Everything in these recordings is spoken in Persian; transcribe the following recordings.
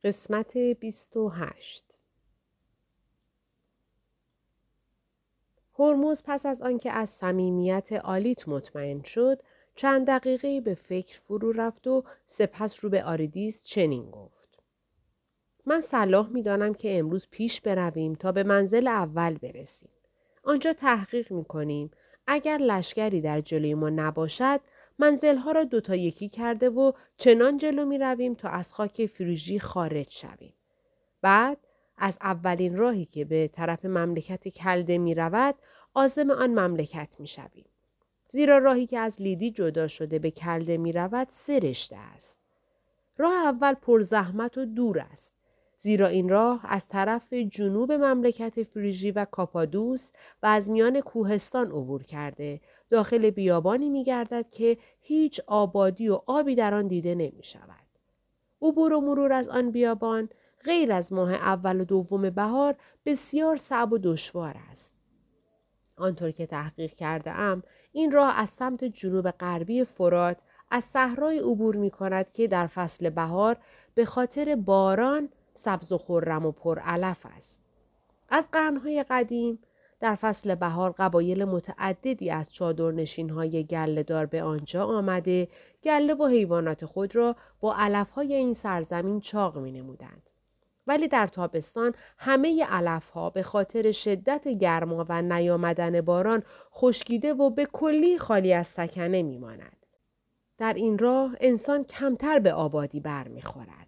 قسمت 28. هرمز پس از آنکه از صمیمیت آلیت مطمئن شد، چند دقیقه به فکر فرو رفت و سپس رو به آریدیس چنین گفت: من صلاح می دانم که امروز پیش برویم تا به منزل اول برسیم. آنجا تحقیق می کنیم. اگر لشکری در جلوی ما نباشد، منزلها را 2 تا 1 کرده و چنان جلو می رویم تا از خاک فریژی خارج شویم. بعد از اولین راهی که به طرف مملکت کلده می رود، عازم آن مملکت می شویم. زیرا راهی که از لیدی جدا شده به کلده می رود 3 رشته است. راه اول پرزحمت و دور است. زیرا این راه از طرف جنوب مملکت فریژی و کاپادوس و از میان کوهستان عبور کرده، داخل بیابانی می گردد که هیچ آبادی و آبی در آن دیده نمی شود. عبور و مرور از آن بیابان غیر از ماه اول و دوم بهار بسیار صعب و دشوار است. آنطور که تحقیق کرده ام، این راه از سمت جنوب غربی فرات از صحرای عبور می کند که در فصل بهار به خاطر باران سبز و خرم و پرعلف است. از قرنهای قدیم در فصل بهار قبایل متعددی از چادرنشین‌های گله‌دار به آنجا آمده، گله و حیوانات خود را با علف‌های این سرزمین چاق می‌نمودند. ولی در تابستان همه علف‌ها به خاطر شدت گرما و نیامدن باران خشکیده و به کلی خالی از سکنه می‌ماند. در این راه انسان کمتر به آبادی برمی‌خورد.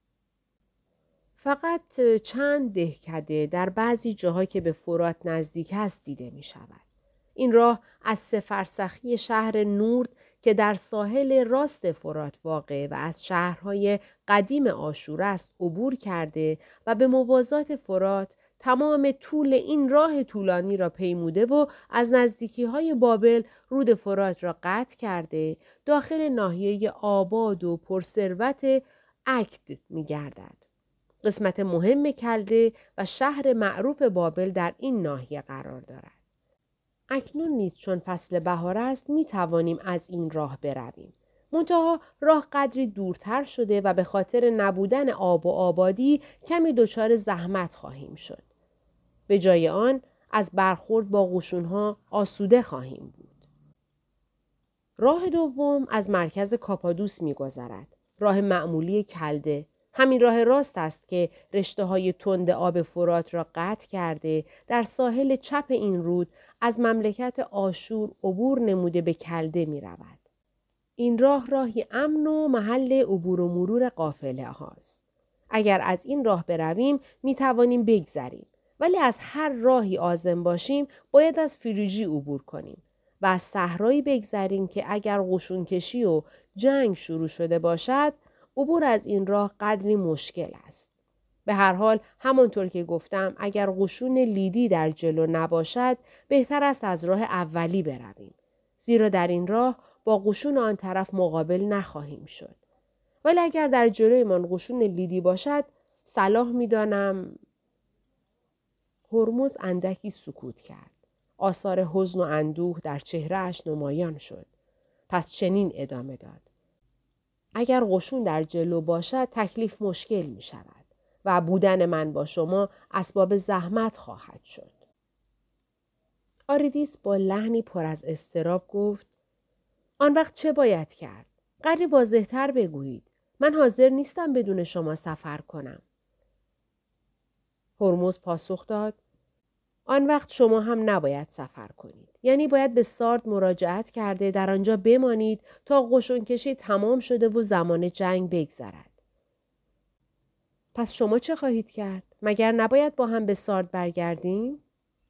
فقط چند دهکده در بعضی جاها که به فرات نزدیک است دیده می شود. این راه از 3 فرسخی شهر نورد که در ساحل راست فرات واقع و از شهرهای قدیم آشور است عبور کرده و به موازات فرات تمام طول این راه طولانی را پیموده و از نزدیکی‌های بابل رود فرات را قطع کرده، داخل ناحیه آباد و پرثروت اکد می گردد. قسمت مهم کلده و شهر معروف بابل در این ناحیه قرار دارد. اکنون نیز چون فصل بهار است می توانیم از این راه برویم. منتها راه قدری دورتر شده و به خاطر نبودن آب و آبادی کمی دچار زحمت خواهیم شد. به جای آن از برخورد با قشونها آسوده خواهیم بود. راه دوم از مرکز کاپادوس می گذرد. راه معمولی کلده. همین راه راست است که رشته‌های تند آب فرات را قطع کرده در ساحل چپ این رود از مملکت آشور عبور نموده به کلده می رود. این راه راهی امن و محل عبور و مرور قافله هاست. اگر از این راه برویم می توانیم بگذریم. ولی از هر راهی عازم باشیم باید از فریژی عبور کنیم و از صحرایی بگذریم که اگر قشون کشی و جنگ شروع شده باشد عبور از این راه قدری مشکل است. به هر حال همانطور که گفتم اگر قشون لیدی در جلو نباشد بهتر است از راه اولی برویم. زیرا در این راه با قشون آن طرف مقابل نخواهیم شد. ولی اگر در جلوی من قشون لیدی باشد صلاح می دانم. هرمز اندکی سکوت کرد. آثار حزن و اندوه در چهرهش نمایان شد. پس چنین ادامه داد: اگر قشون در جلو باشد تکلیف مشکل می شود و بودن من با شما اسباب زحمت خواهد شد. آریدیس با لحنی پر از اضطراب گفت: آن وقت چه باید کرد؟ قدری واضح‌تر بگویید. من حاضر نیستم بدون شما سفر کنم. هرمز پاسخ داد: آن وقت شما هم نباید سفر کنید. یعنی باید به سارد مراجعت کرده در آنجا بمانید تا قشون کشی تمام شده و زمان جنگ بگذرد. پس شما چه خواهید کرد؟ مگر نباید با هم به سارد برگردیم؟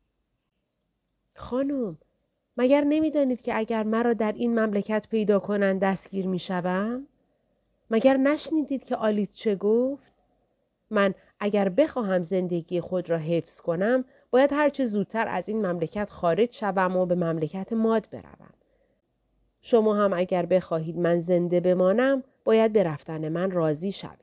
خانم، مگر نمی‌دانید که اگر مرا در این مملکت پیدا کنند دستگیر می‌شوم؟ مگر نشنیدید که آلیت چه گفت؟ من اگر بخواهم زندگی خود را حفظ کنم باید هرچه زودتر از این مملکت خارج شوم و به مملکت ماد بروم. شما هم اگر بخواهید من زنده بمانم باید به رفتن من راضی شوید.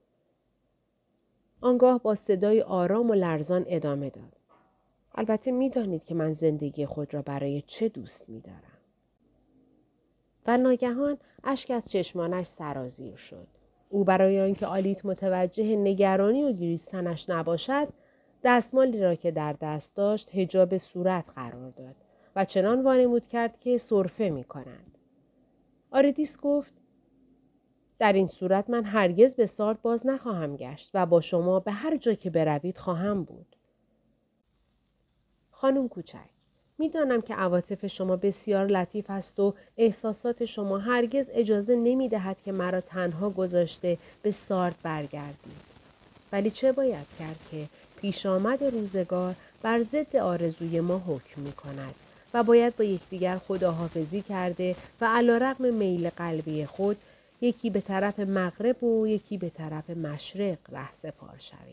آنگاه با صدای آرام و لرزان ادامه داد: البته می‌دانید که من زندگی خود را برای چه دوست می‌دارم. و ناگهان اشک از چشمانش سرازیر شد. او برای آنکه آلیت متوجه نگرانی و گریستنش نباشد، دستمالی را که در دست داشت حجاب صورت قرار داد و چنان وانمود کرد که سرفه می کند. آریدیس گفت: در این صورت من هرگز به سارد باز نخواهم گشت و با شما به هر جا که بروید خواهم بود. خانم کوچک، میدانم که عواطف شما بسیار لطیف است و احساسات شما هرگز اجازه نمی دهد که مرا تنها گذاشته به سارد برگردید. ولی چه باید کرد که پیش آمد روزگار بر ضد آرزوی ما حکم می کند و باید با یکدیگر خداحافظی کرده و علیرغم میل قلبی خود یکی به طرف مغرب و یکی به طرف مشرق رهسپار شویم.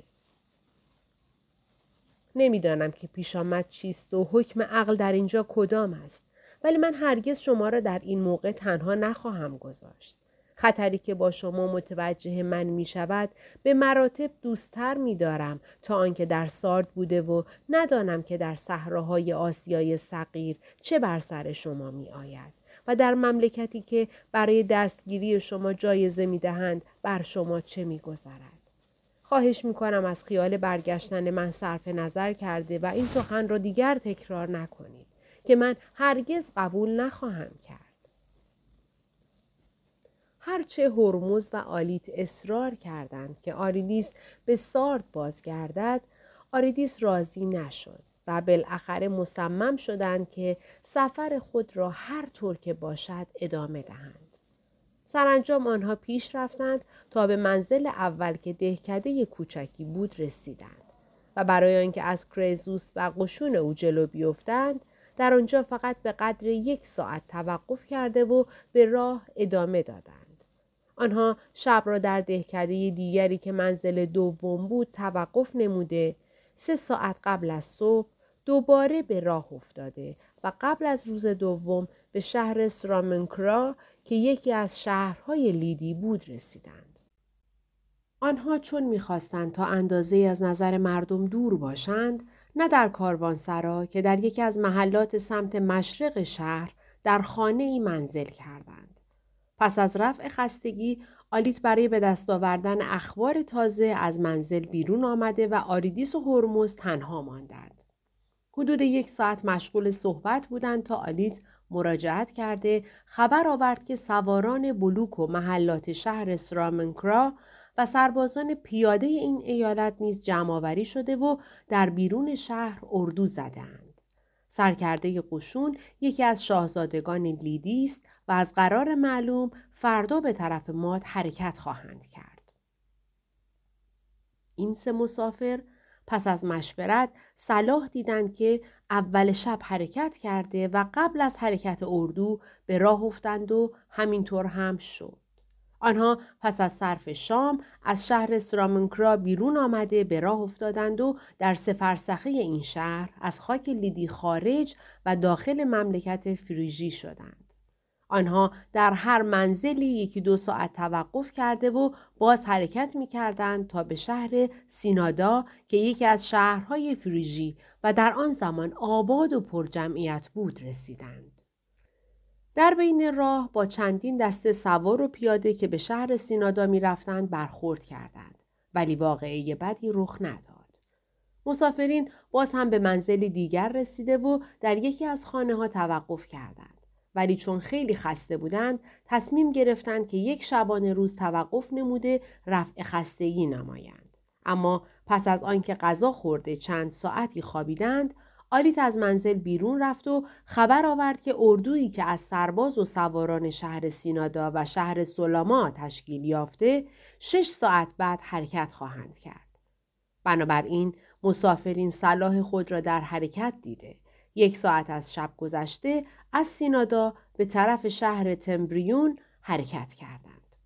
نمیدانم که پیش آمد چیست و حکم عقل در اینجا کدام است، ولی من هرگز شما را در این موقع تنها نخواهم گذاشت. خطری که با شما متوجه من می شود به مراتب دوستر می دارم تا آنکه در سارد بوده و ندانم که در صحراهای آسیای صغیر چه بر سر شما می آید و در مملکتی که برای دستگیری شما جایزه می دهند بر شما چه می گذرد. خواهش می کنم از خیال برگشتن من صرف نظر کرده و این سخن را دیگر تکرار نکنید که من هرگز قبول نخواهم کرد. هرچه هرمز و آلیت اصرار کردند که آریدیس به سارد بازگردد، آریدیس راضی نشد و بالاخره مصمم شدند که سفر خود را هر طور که باشد ادامه دهند. سرانجام آنها پیش رفتند تا به منزل اول که دهکده کوچکی بود رسیدند و برای آنکه از کرزوس و قشون او جلو بیفتند در آنجا فقط به قدر 1 ساعت توقف کرده و به راه ادامه دادند. آنها شب را در دهکده دیگری که منزل دوم بود توقف نموده 3 ساعت قبل از صبح دوباره به راه افتاده و قبل از روز دوم به شهر سرامنکرا که یکی از شهرهای لیدی بود رسیدند. آنها چون می‌خواستند تا اندازه از نظر مردم دور باشند، نه در کاروانسرا که در یکی از محلات سمت مشرق شهر در خانه‌ای منزل کردند. پس از رفع خستگی، آلیت برای به دست آوردن اخبار تازه از منزل بیرون آمده و آریدیس و هرمز تنها ماندند. حدود 1 ساعت مشغول صحبت بودند تا آلیت مراجعت کرده خبر آورد که سواران بلوک و محلات شهر سرامنکرا و سربازان پیاده این ایالت نیز جمع‌آوری شده و در بیرون شهر اردو زدند. سرکرده قشون یکی از شاهزادگان لیدی است و از قرار معلوم فردا به طرف ماد حرکت خواهند کرد. این 3 مسافر پس از مشورت صلاح دیدند که اول شب حرکت کرده و قبل از حرکت اردو به راه افتند و همینطور هم شد. آنها پس از صرف شام از شهر سرامنکرا بیرون آمده به راه افتادند و در 3 فرسخه این شهر از خاک لیدی خارج و داخل مملکت فریژی شدند. آنها در هر منزلی 1-2 ساعت توقف کرده و باز حرکت می کردند تا به شهر سینادا که یکی از شهرهای فریژی و در آن زمان آباد و پرجمعیت بود رسیدند. در بین راه با چندین دسته سوار و پیاده که به شهر سینادا می رفتند برخورد کردند، ولی واقعه بدی رخ نداد. مسافرین باز هم به منزلی دیگر رسیده و در یکی از خانه ها توقف کردند. ولی چون خیلی خسته بودند تصمیم گرفتند که 1 شبانه روز توقف نموده رفع خستگی نمایند. اما پس از آنکه غذا خورده چند ساعتی خوابیدند، آلیت از منزل بیرون رفت و خبر آورد که اردویی که از سرباز و سواران شهر سینادا و شهر سولاما تشکیل یافته 6 ساعت بعد حرکت خواهند کرد. بنابراین مسافرین صلاح خود را در حرکت دیده 1 ساعت از شب گذشته از سینادا به طرف شهر تمبریون حرکت کردند.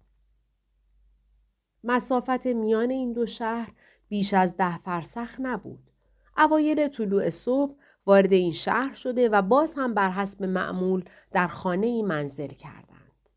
مسافت میان این 2 شهر بیش از 10 فرسخ نبود. اوایل طلوع صبح وارد این شهر شده و باز هم بر حسب معمول در خانه‌ای منزل کردند.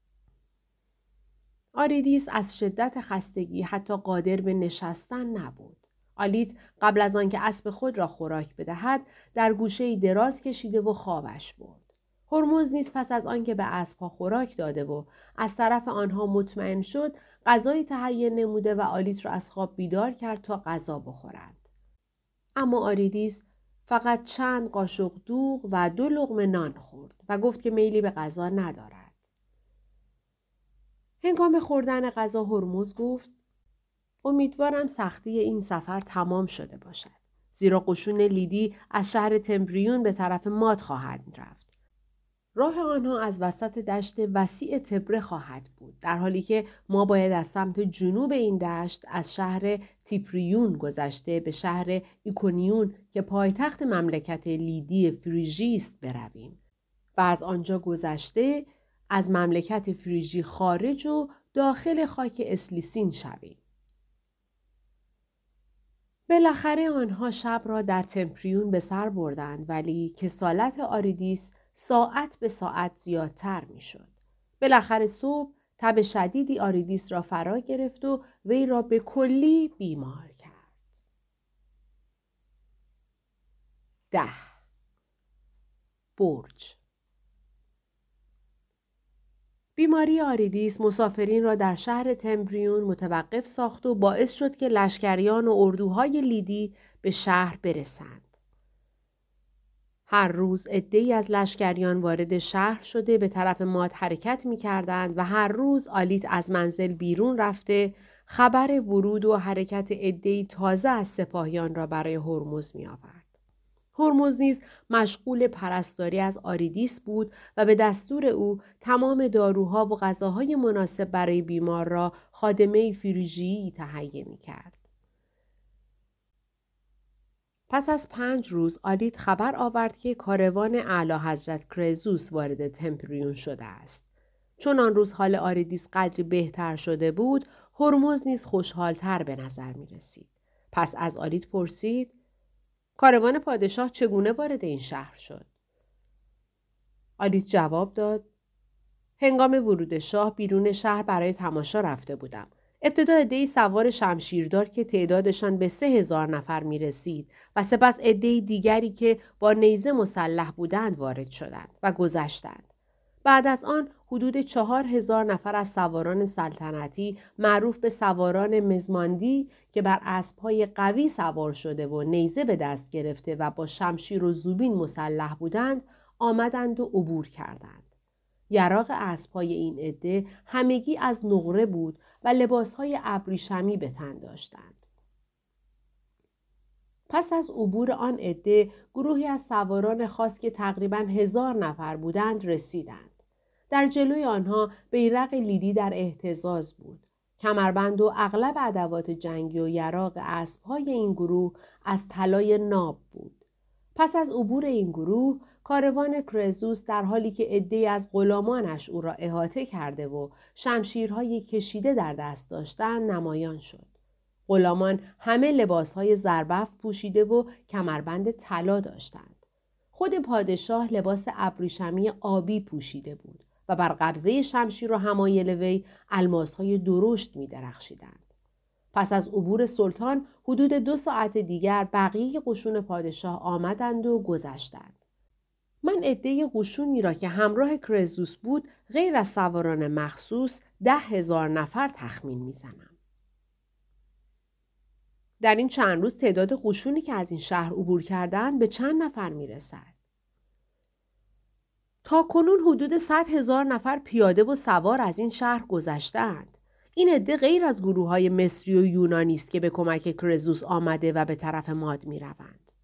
آریدیس از شدت خستگی حتی قادر به نشستن نبود. آلیت قبل از آنکه اسب خود را خوراک بدهد در گوشه‌ای دراز کشیده و خوابش برد. هرمز نیز پس از آنکه به اسب‌ها خوراک داده و از طرف آنها مطمئن شد غذایی تهیه نموده و آلیت را از خواب بیدار کرد تا غذا بخورند. اما آریدیس فقط چند قاشق دوغ و 2 لقمه نان خورد و گفت که میلی به غذا ندارد. هنگام خوردن غذا هرمز گفت: امیدوارم سختی این سفر تمام شده باشد. زیرا قشون لیدی از شهر تمبریون به طرف ماد خواهند رفت. راه آنها از وسط دشت وسیع تبره خواهد بود، در حالی که ما باید از سمت جنوب این دشت از شهر تیپریون گذشته به شهر ایکونیون که پایتخت مملکت لیدی فریژی است برویم و از آنجا گذشته از مملکت فریژی خارج و داخل خاک اسلیسین شویم. بالاخره آنها شب را در تمپریون به سر بردند، ولی کسالت آریدیس ساعت به ساعت زیادتر می شد. بالاخره صبح تب شدیدی آریدیس را فرا گرفت و وی را به کلی بیمار کرد. 10. برج. بیماری آریدیس مسافرین را در شهر تمبریون متوقف ساخت و باعث شد که لشکریان و اردوهای لیدی به شهر برسند. هر روز عده‌ای از لشکریان وارد شهر شده به طرف ماد حرکت می‌کردند و هر روز آلیت از منزل بیرون رفته خبر ورود و حرکت عده‌ای تازه از سپاهیان را برای هرمز می‌آورد. هرمز نیز مشغول پرستاری از آریدیس بود و به دستور او تمام داروها و غذاهای مناسب برای بیمار را خادمه فریژیی تهیه می‌کرد. پس از 5 روز آلیت خبر آورد که کاروان اعلی حضرت کرزوس وارد تمپریون شده است. چون آن روز حال آریدیس قدری بهتر شده بود، هرمز نیز خوشحالتر به نظر می رسید. پس از آلیت پرسید: کاروان پادشاه چگونه وارد این شهر شد؟ آلیت جواب داد: هنگام ورود شاه بیرون شهر برای تماشا رفته بودم. ابتدا عده‌ای سوار شمشیردار که تعدادشان به 3000 نفر می رسید و سپس عده‌ای دیگری که با نیزه مسلح بودند وارد شدند و گذشتند. بعد از آن حدود 4000 نفر از سواران سلطنتی معروف به سواران مزماندی که بر اسب‌های قوی سوار شده و نیزه به دست گرفته و با شمشیر و زوبین مسلح بودند آمدند و عبور کردند. یراق اسب‌های این عده همگی از نقره بود و لباس‌های ابریشمی به تن داشتند. پس از عبور آن عده گروهی از سواران خاص که تقریباً 1000 نفر بودند رسیدند. در جلوی آنها بیرق لیدی در اهتزاز بود. کمربند و اغلب ادوات جنگی و یراق اسب‌های این گروه از طلای ناب بود. پس از عبور این گروه کاروان کرزوس در حالی که عده‌ای از غلامانش او را احاطه کرده و شمشیرهای کشیده در دست داشتند نمایان شد. غلامان همه لباسهای زربفت پوشیده و کمربند طلا داشتند. خود پادشاه لباس ابریشمی آبی پوشیده بود و بر قبضه شمشیر و حمایل وی الماسهای درشت می درخشیدند. پس از عبور سلطان حدود 2 ساعت دیگر بقیه قشون پادشاه آمدند و گذشتند. من عده قشونی را که همراه کرزوس بود غیر از سواران مخصوص 10,000 نفر تخمین میزنم. در این چند روز تعداد قشونی که از این شهر عبور کردند به چند نفر میرسد؟ تا کنون حدود 100,000 نفر پیاده و سوار از این شهر گذشتند. این عده غیر از گروه‌های مصری و یونانی است که به کمک کرزوس آمده و به طرف ماد می‌روند.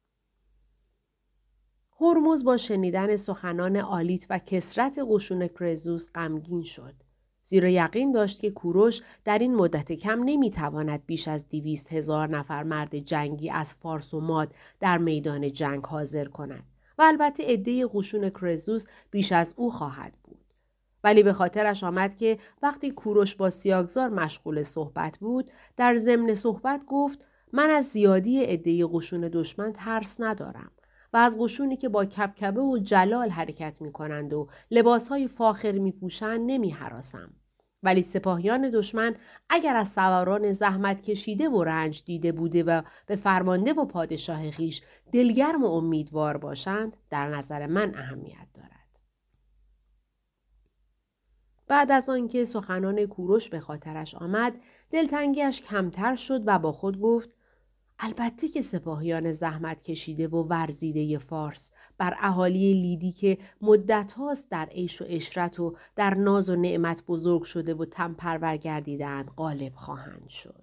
هرمز با شنیدن سخنان آلیت و کثرت قشون کرزوس غمگین شد. زیرا یقین داشت که کوروش در این مدت کم نمی‌تواند بیش از 200,000 نفر مرد جنگی از فارس و ماد در میدان جنگ حاضر کند و البته عده قشون کرزوس بیش از او خواهد بود. ولی به خاطرش آمد که وقتی کوروش با سیاگزار مشغول صحبت بود، در ضمن صحبت گفت: من از زیادی عده قشون دشمن ترس ندارم و از قشونی که با کبکبه و جلال حرکت می کنند و لباسهای فاخر می پوشند نمی هراسم. ولی سپاهیان دشمن اگر از سواران زحمت کشیده و رنج دیده بوده و به فرمانده و پادشاه خویش دلگرم و امیدوار باشند در نظر من اهمیت دارد. بعد از آنکه سخنان کوروش به خاطرش آمد، دلتنگیش کمتر شد و با خود گفت: البته که سپاهیان زحمت کشیده و ورزیده فارس بر اهالی لیدی که مدت هاست در عیش و عشرت و در ناز و نعمت بزرگ شده و تن پرور گردیده‌اند غالب خواهند شد.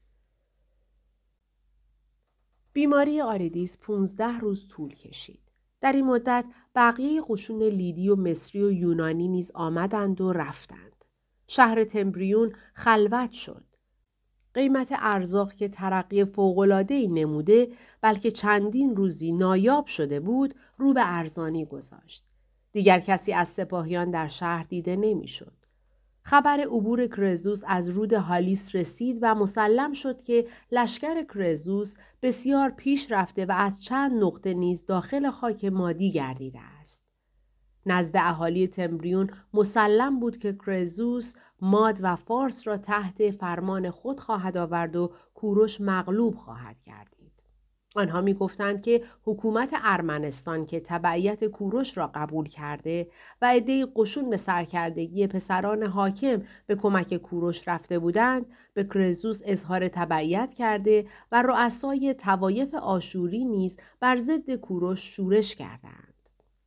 بیماری آریدیس 15 روز طول کشید. در این مدت بقیه قشون لیدی و مصری و یونانی نیز آمدند و رفتند. شهر تمبریون خلوت شد. قیمت ارزاق که ترقی فوق‌العاده‌ای نموده بلکه چندین روزی نایاب شده بود رو به ارزانی گذاشت. دیگر کسی از سپاهیان در شهر دیده نمی‌شد. خبر عبور کرزوس از رود هالیس رسید و مسلم شد که لشکر کرزوس بسیار پیش رفته و از چند نقطه نیز داخل خاک مادی گردیده است. نزد اهالی تمبریون مسلم بود که کرزوس ماد و فارس را تحت فرمان خود خواهد آورد و کوروش مغلوب خواهد گردید. آنها می گفتند که حکومت ارمنستان که تبعیت کوروش را قبول کرده و عده‌ای قشون به سرکردگی پسران حاکم به کمک کوروش رفته بودند، به کرزوس اظهار تبعیت کرده و رؤسای طوایف آشوری نیز بر ضد کوروش شورش کردند.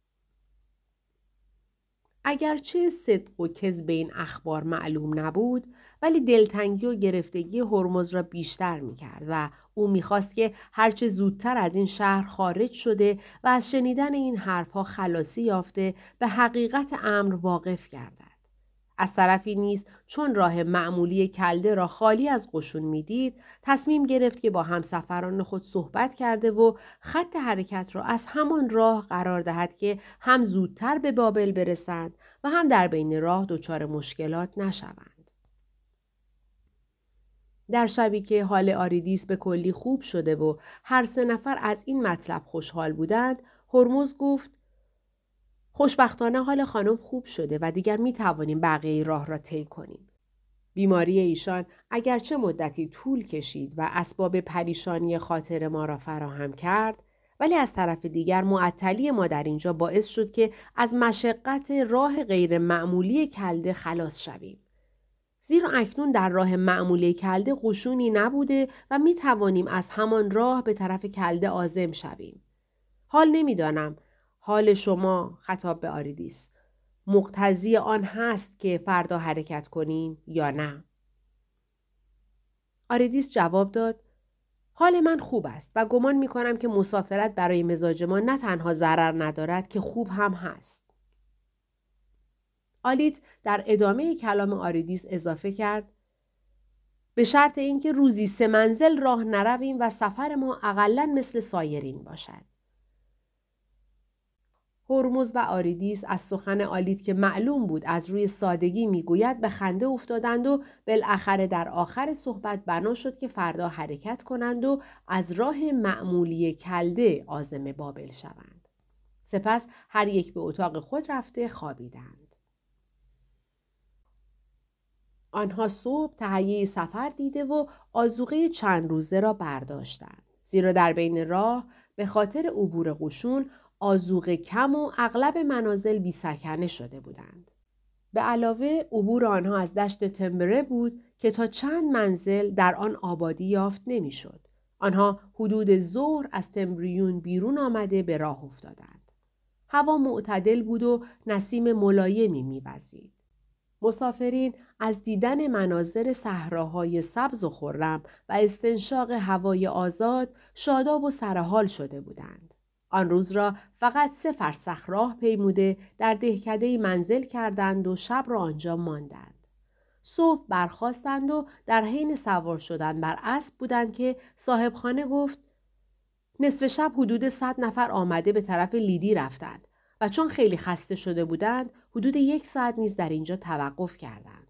اگرچه صدق و کذب این اخبار معلوم نبود، ولی دلتنگی و گرفتگی هرمز را بیشتر می‌کرد و او می‌خواست که هرچه زودتر از این شهر خارج شده و از شنیدن این حرفها خلاصی یافته به حقیقت امر واقف گردد. از طرفی نیز چون راه معمولی کلده را خالی از قشون می‌دید، تصمیم گرفت که با همسفران خود صحبت کرده و خط حرکت را از همان راه قرار دهد که هم زودتر به بابل برسند و هم در بین راه دچار مشکلات نشوند. در شبی که حال آریدیس به کلی خوب شده و هر 3 نفر از این مطلب خوشحال بودند، هرمز گفت: خوشبختانه حال خانم خوب شده و دیگر می توانیم بقیه راه را طی کنیم. بیماری ایشان اگرچه مدتی طول کشید و اسباب پریشانی خاطر ما را فراهم کرد، ولی از طرف دیگر معطلی ما در اینجا باعث شد که از مشقت راه غیر معمولی کلده خلاص شویم. زیرا اکنون در راه معمولی کلده قشونی نبوده و می توانیم از همان راه به طرف کلده عازم شویم. حال نمیدانم حال شما، خطاب به آریدیس، مقتضی آن هست که فردا حرکت کنیم یا نه؟ آریدیس جواب داد: حال من خوب است و گمان می کنم که مسافرت برای مزاج ما نه تنها ضرر ندارد که خوب هم هست. آلیت در ادامه کلام آریدیس اضافه کرد: به شرط اینکه روزی 3 منزل راه نرویم و سفر ما اقلاً مثل سایرین باشد. هرمز و آریدیس از سخن آلیت که معلوم بود از روی سادگی میگوید به خنده افتادند و بالاخره در آخر صحبت بنا شد که فردا حرکت کنند و از راه معمولی کلده عازم بابل شوند. سپس هر یک به اتاق خود رفته خوابیدند. آنها صبح تهیه سفر دیده و آذوقه چند روزه را برداشتند. زیرا در بین راه به خاطر عبور قشون آذوقه کم و اغلب منازل بی سکنه شده بودند. به علاوه عبور آنها از دشت تمبره بود که تا چند منزل در آن آبادی یافت نمی‌شد. آنها حدود ظهر از تمبریون بیرون آمده به راه افتادند. هوا معتدل بود و نسیم ملایمی می‌وزید. مسافرین از دیدن مناظر صحراهای سبز و خرم و استنشاق هوای آزاد شاداب و سرحال شده بودند. آن روز را فقط 3 فرسخ راه پیموده در دهکده‌ای منزل کردند و شب را آنجا ماندند. صبح برخاستند و در حین سوار شدن بر اسب بودند که صاحبخانه گفت: نصف شب حدود 100 نفر آمده به طرف لیدی رفتند و چون خیلی خسته شده بودند حدود 1 ساعت نیز در اینجا توقف کردند.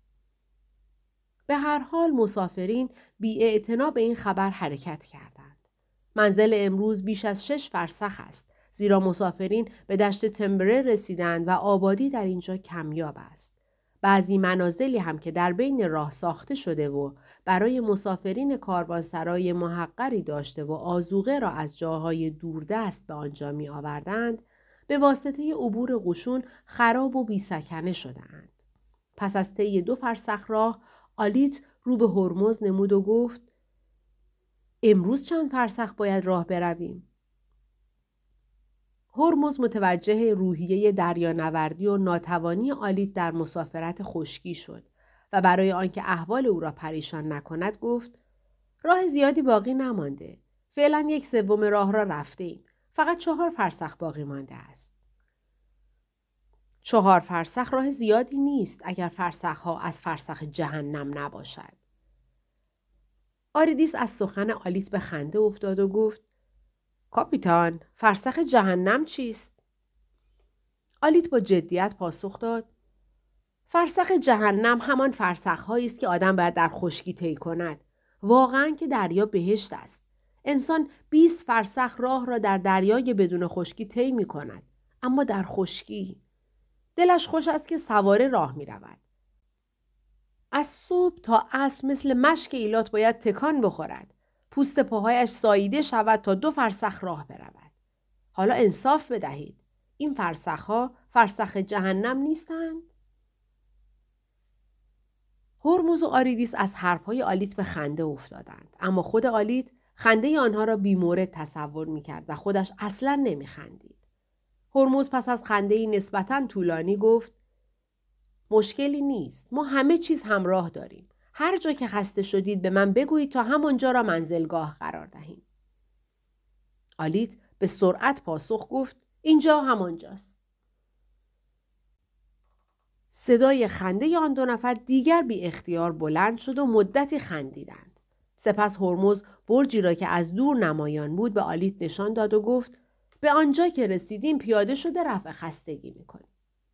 به هر حال مسافرین بی‌اعتنا به این خبر حرکت کردند. منزل امروز بیش از 6 فرسخ است، زیرا مسافرین به دشت تمبره رسیدند و آبادی در اینجا کمیاب است. بعضی منازلی هم که در بین راه ساخته شده و برای مسافرین کاروانسرای محقری داشته و آذوقه را از جاهای دوردست به آنجا می آوردند، به واسطه عبور قشون خراب و بی‌سکنه شدند. پس از طی 2 فرسخ راه آلیت رو به هرمز نمود و گفت امروز چند فرسخ باید راه برویم؟ هرمز متوجه روحیه دریانوردی و ناتوانی آلیت در مسافرت خشکی شد و برای آنکه احوال او را پریشان نکند گفت راه زیادی باقی نمانده. فعلا 1/3 راه را رفته ایم. فقط 4 فرسخ باقی مانده است. 4 فرسخ راه زیادی نیست اگر فرسخها از فرسخ جهنم نباشد. آریدیس از سخن آلیت به خنده افتاد و گفت کاپیتان، فرسخ جهنم چیست؟ آلیت با جدیت پاسخ داد فرسخ جهنم همان فرسخ‌هایی است که آدم باید در خشکی طی کند. واقعاً که دریا بهشت است. انسان 20 فرسخ راه را در دریای بدون خشکی طی می‌کند. اما در خشکی دلش خوش است که سواره راه می‌رود. از صبح تا عصر مثل مشک ایلات باید تکان بخورد. پوست پاهایش ساییده شود تا 2 فرسخ راه برود. حالا انصاف بدهید. این فرسخ‌ها فرسخ جهنم نیستند؟ هرمز و آریدیس از حرفهای آلیت به خنده افتادند. اما خود آلیت خنده آنها را بی‌مورد تصور می‌کرد و خودش اصلاً نمی‌خندید. هرمز پس از خنده‌ای نسبتاً طولانی گفت مشکلی نیست. ما همه چیز همراه داریم. هر جا که خسته شدید به من بگویید تا همانجا را منزلگاه قرار دهیم. آلیت به سرعت پاسخ گفت اینجا همانجاست. صدای خنده آن 2 نفر دیگر بی اختیار بلند شد و مدتی خندیدند. سپس هرمز برجی را که از دور نمایان بود به آلیت نشان داد و گفت به آنجا که رسیدیم پیاده شده رفع خستگی می‌کنیم.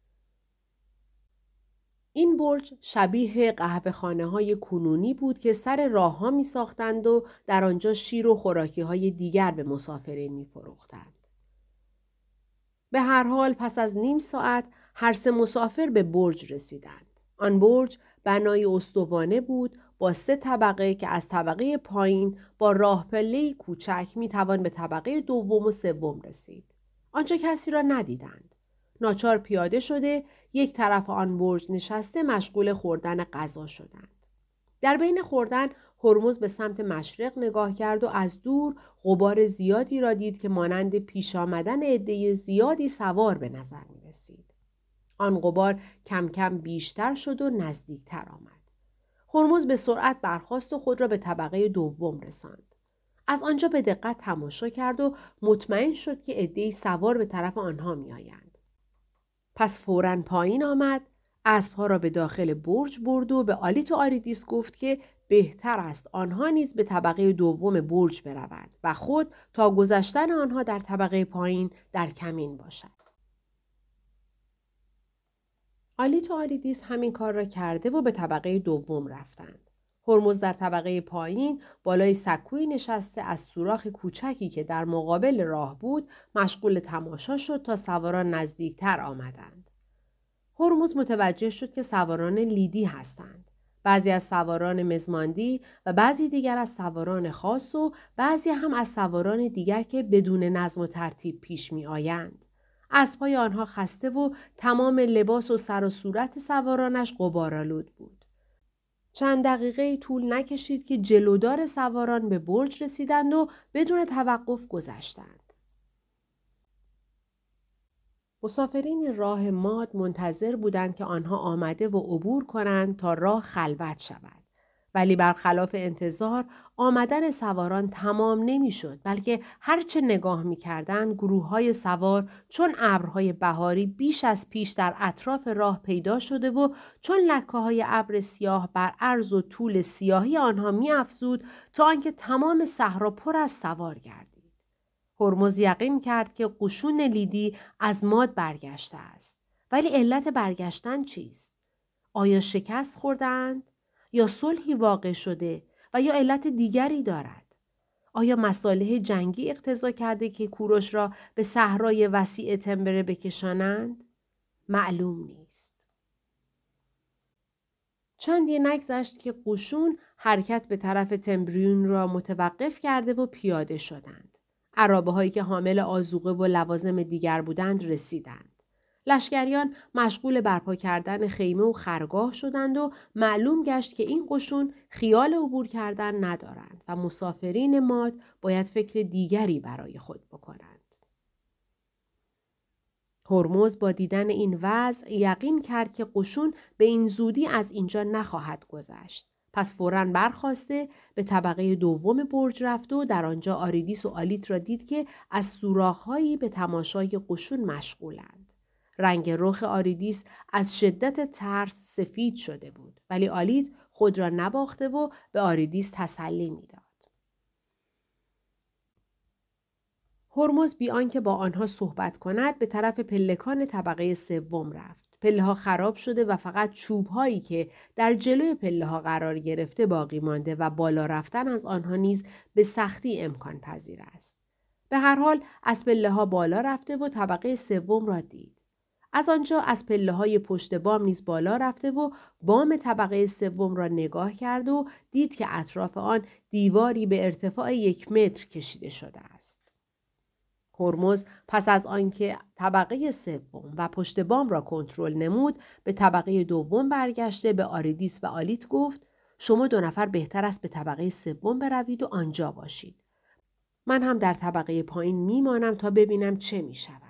این برج شبیه قهوه‌خانه‌های کنونی بود که سر راه‌ها می‌ساختند و در آنجا شیر و خوراکی‌های دیگر به مسافرین می‌فروختند. به هر حال پس از نیم ساعت هر 3 مسافر به برج رسیدند. آن برج بنای استوانه بود با 3 طبقه که از طبقه پایین با راه پله‌ای کوچک می‌توان به طبقه دوم و سوم رسید. آنجا کسی را ندیدند. ناچار پیاده شده یک طرف آن برج نشسته مشغول خوردن غذا شدند. در بین خوردن هرمز به سمت مشرق نگاه کرد و از دور غبار زیادی را دید که مانند پیش آمدن عده زیادی سوار به نظر می رسید. آن غبار کم کم بیشتر شد و نزدیکتر آمد. هرمز به سرعت برخاست و خود را به طبقه دوم رساند. از آنجا به دقت تماشا کرد و مطمئن شد که عده‌ای سوار به طرف آنها می آیند. پس فوراً پایین آمد، اسبها را به داخل برج برد و به آلیت و آریدیس گفت که بهتر است آنها نیز به طبقه دوم برج بروند و خود تا گذشتن آنها در طبقه پایین در کمین باشد. آلیت و آریدیس همین کار را کرده و به طبقه دوم رفتند. هرمز در طبقه پایین بالای سکویی نشسته از سوراخ کوچکی که در مقابل راه بود مشغول تماشا شد تا سواران نزدیکتر آمدند. هرمز متوجه شد که سواران لیدی هستند. بعضی از سواران مزماندی و بعضی دیگر از سواران خاص و بعضی هم از سواران دیگر که بدون نظم و ترتیب پیش می آیند. اسب‌های آنها خسته و تمام لباس و سر و صورت سوارانش غبارآلود بود. چند دقیقه طول نکشید که جلودار سواران به برج رسیدند و بدون توقف گذشتند. مسافرین راه ماد منتظر بودند که آنها آمده و عبور کنند تا راه خلوت شود. ولی برخلاف انتظار آمدن سواران تمام نمی‌شد، بلکه هرچه نگاه می‌کردند گروه‌های سوار چون ابرهای بهاری بیش از پیش در اطراف راه پیدا شده و چون لکه‌های ابر سیاه بر عرض و طول سیاهی آنها می‌افزود تا آنکه تمام صحرا پر از سوار گردید. هرمز یقین کرد که قشون لیدی از ماد برگشته است. ولی علت برگشتن چیست؟ آیا شکست خوردند؟ یا صلحی واقع شده و یا علت دیگری دارد؟ آیا مصالح جنگی اقتضا کرده که کوروش را به صحرای وسیع تمبره بکشانند؟ معلوم نیست. چندی نگذشت که قشون حرکت به طرف تمبریون را متوقف کرده و پیاده شدند. عرابه هایی که حامل آذوقه و لوازم دیگر بودند رسیدند. لشکریان مشغول برپا کردن خیمه و خرگاه شدند و معلوم گشت که این قشون خیال عبور کردن ندارند و مسافرین ماد باید فکر دیگری برای خود بکنند. هرمز با دیدن این وضع یقین کرد که قشون به این زودی از اینجا نخواهد گذشت. پس فوراً برخاسته به طبقه دوم برج رفت و در آنجا آریدیس و آلیت را دید که از سوراخ‌هایی به تماشای قشون مشغولند. رنگ رخ آریدیس از شدت ترس سفید شده بود، ولی آلیت خود را نباخته و به آریدیس تسلی می‌داد. هرمز بی آنکه با آنها صحبت کند به طرف پلکان طبقه سوم رفت. پله‌ها خراب شده و فقط چوب‌هایی که در جلوی پله‌ها قرار گرفته باقی مانده و بالا رفتن از آنها نیز به سختی امکان پذیر است. به هر حال از پله‌ها بالا رفته و طبقه سوم را دید. از آنجا از پله‌های پشت بام نیز بالا رفته و بام طبقه سوم را نگاه کرد و دید که اطراف آن دیواری به ارتفاع 1 متر کشیده شده است. هرمز پس از آنکه طبقه سوم و پشت بام را کنترل نمود، به طبقه دوم برگشته به آریدیس و آلیت گفت: شما 2 نفر بهتر است به طبقه سوم بروید و آنجا باشید. من هم در طبقه پایین میمانم تا ببینم چه می شود.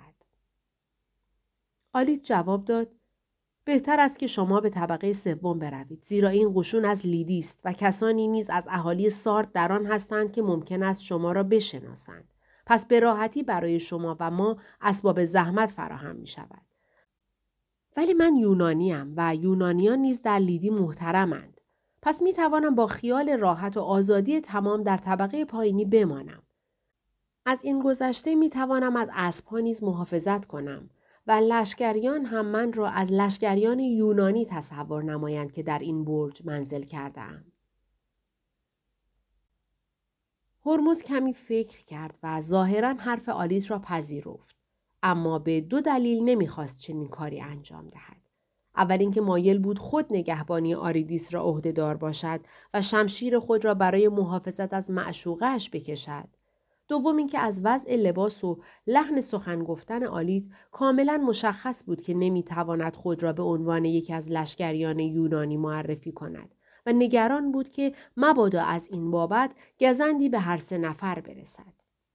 آلیت جواب داد: بهتر است که شما به طبقه سوم بروید، زیرا این قشون از لیدی است و کسانی نیز از اهالی سارد در آن هستند که ممکن است شما را بشناسند. پس به راحتی برای شما و ما اسباب زحمت فراهم می شود. ولی من یونانیم و یونانیان نیز در لیدی محترمند. پس می توانم با خیال راحت و آزادی تمام در طبقه پایینی بمانم. از این گذشته می توانم از اسب‌ها نیز محافظت کنم و لشکریان هم من را از لشکریان یونانی تصور نمایند که در این برج منزل کرده‌ام. هرمز کمی فکر کرد و ظاهراً حرف آلیت را پذیرفت. اما به 2 دلیل نمیخواست چنین کاری انجام دهد. اول اینکه مایل بود خود نگهبانی آریدیس را عهده‌دار باشد و شمشیر خود را برای محافظت از معشوقه‌اش بکشد. دوم اینکه از وضع لباس و لحن سخن گفتن آلیت کاملا مشخص بود که نمیتواند خود را به عنوان یکی از لشکریان یونانی معرفی کند و نگران بود که مبادا از این بابت گزندی به هر 3 نفر برسد.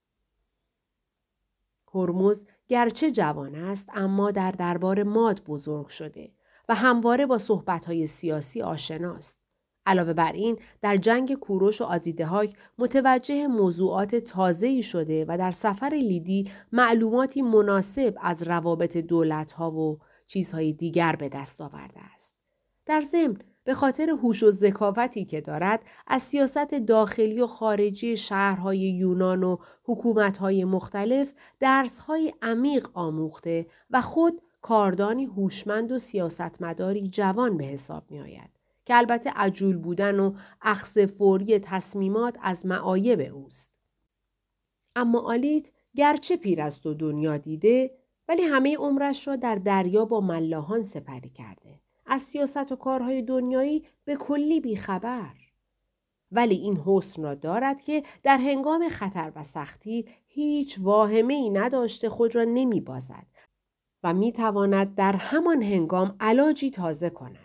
هرمز گرچه جوان است اما در دربار ماد بزرگ شده و همواره با صحبت‌های سیاسی آشناست. علاوه بر این در جنگ کوروش و آزیدهاک متوجه موضوعات تازه‌ای شده و در سفر لیدی معلوماتی مناسب از روابط دولت‌ها و چیزهای دیگر به دست آورده است. در ضمن به خاطر هوش و ذکاوتی که دارد از سیاست داخلی و خارجی شهرهای یونان و حکومت‌های مختلف درس‌های عمیق آموخته و خود کاردانی هوشمند و سیاستمداری جوان به حساب می‌آید که البته عجول بودن و اخذ فوری تصمیمات از معایب اوست. اما آلیت گرچه پیر است و دنیا دیده ولی همه عمرش را در دریا با ملاحان سپری کرده. از سیاست و کارهای دنیایی به کلی بیخبر. ولی این حسن را دارد که در هنگام خطر و سختی هیچ واهمه‌ای نداشته خود را نمی‌بازد و می‌تواند در همان هنگام علاجی تازه کند.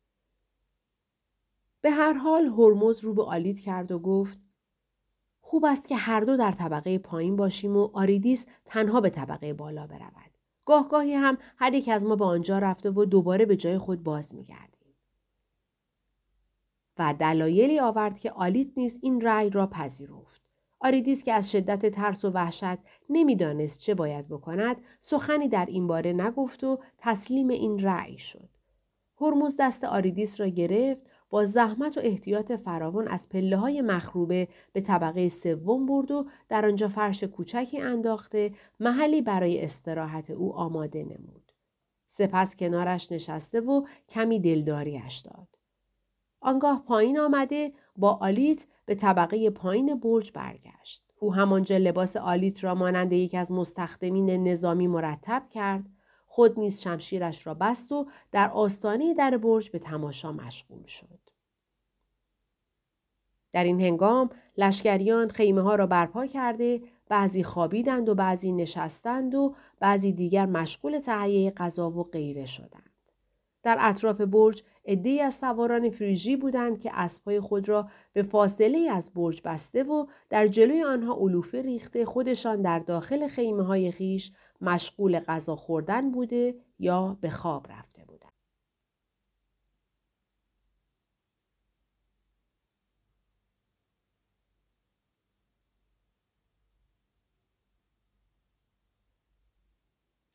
به هر حال هرمز رو به آلیت کرد و گفت: خوب است که هر دو در طبقه پایین باشیم و آریدیس تنها به طبقه بالا برود. گاهی هم هر یک از ما به آنجا رفته و دوباره به جای خود باز می‌گردیم. و دلایلی آورد که آلیت نیز این رأی را پذیرفت. آریدیس که از شدت ترس و وحشت نمی‌دانست چه باید بکند، سخنی در این باره نگفت و تسلیم این رأی شد. هرمز دست آریدیس را گرفت، با زحمت و احتیاط فراوان از پله‌های مخروبه به طبقه سوم برد و در آنجا فرش کوچکی انداخته محلی برای استراحت او آماده نمود. سپس کنارش نشسته و کمی دلداریش داد. آنگاه پایین آمده با آلیت به طبقه پایین برج برگشت. او همانجا لباس آلیت را مانند یک از مستخدمین نظامی مرتب کرد. خود نیز شمشیرش را بست و در آستانه در برج به تماشا مشغول شد. در این هنگام لشکریان خیمه ها را برپا کرده بعضی خوابیدند و بعضی نشستند و بعضی دیگر مشغول تهیه غذا و غیره شدند. در اطراف برج عده‌ای از سواران فریژی بودند که اسب‌های خود را به فاصله از برج بسته و در جلوی آنها علوفه ریخته خودشان در داخل خیمه‌های خویش مشغول غذا خوردن بوده یا به خواب رفته.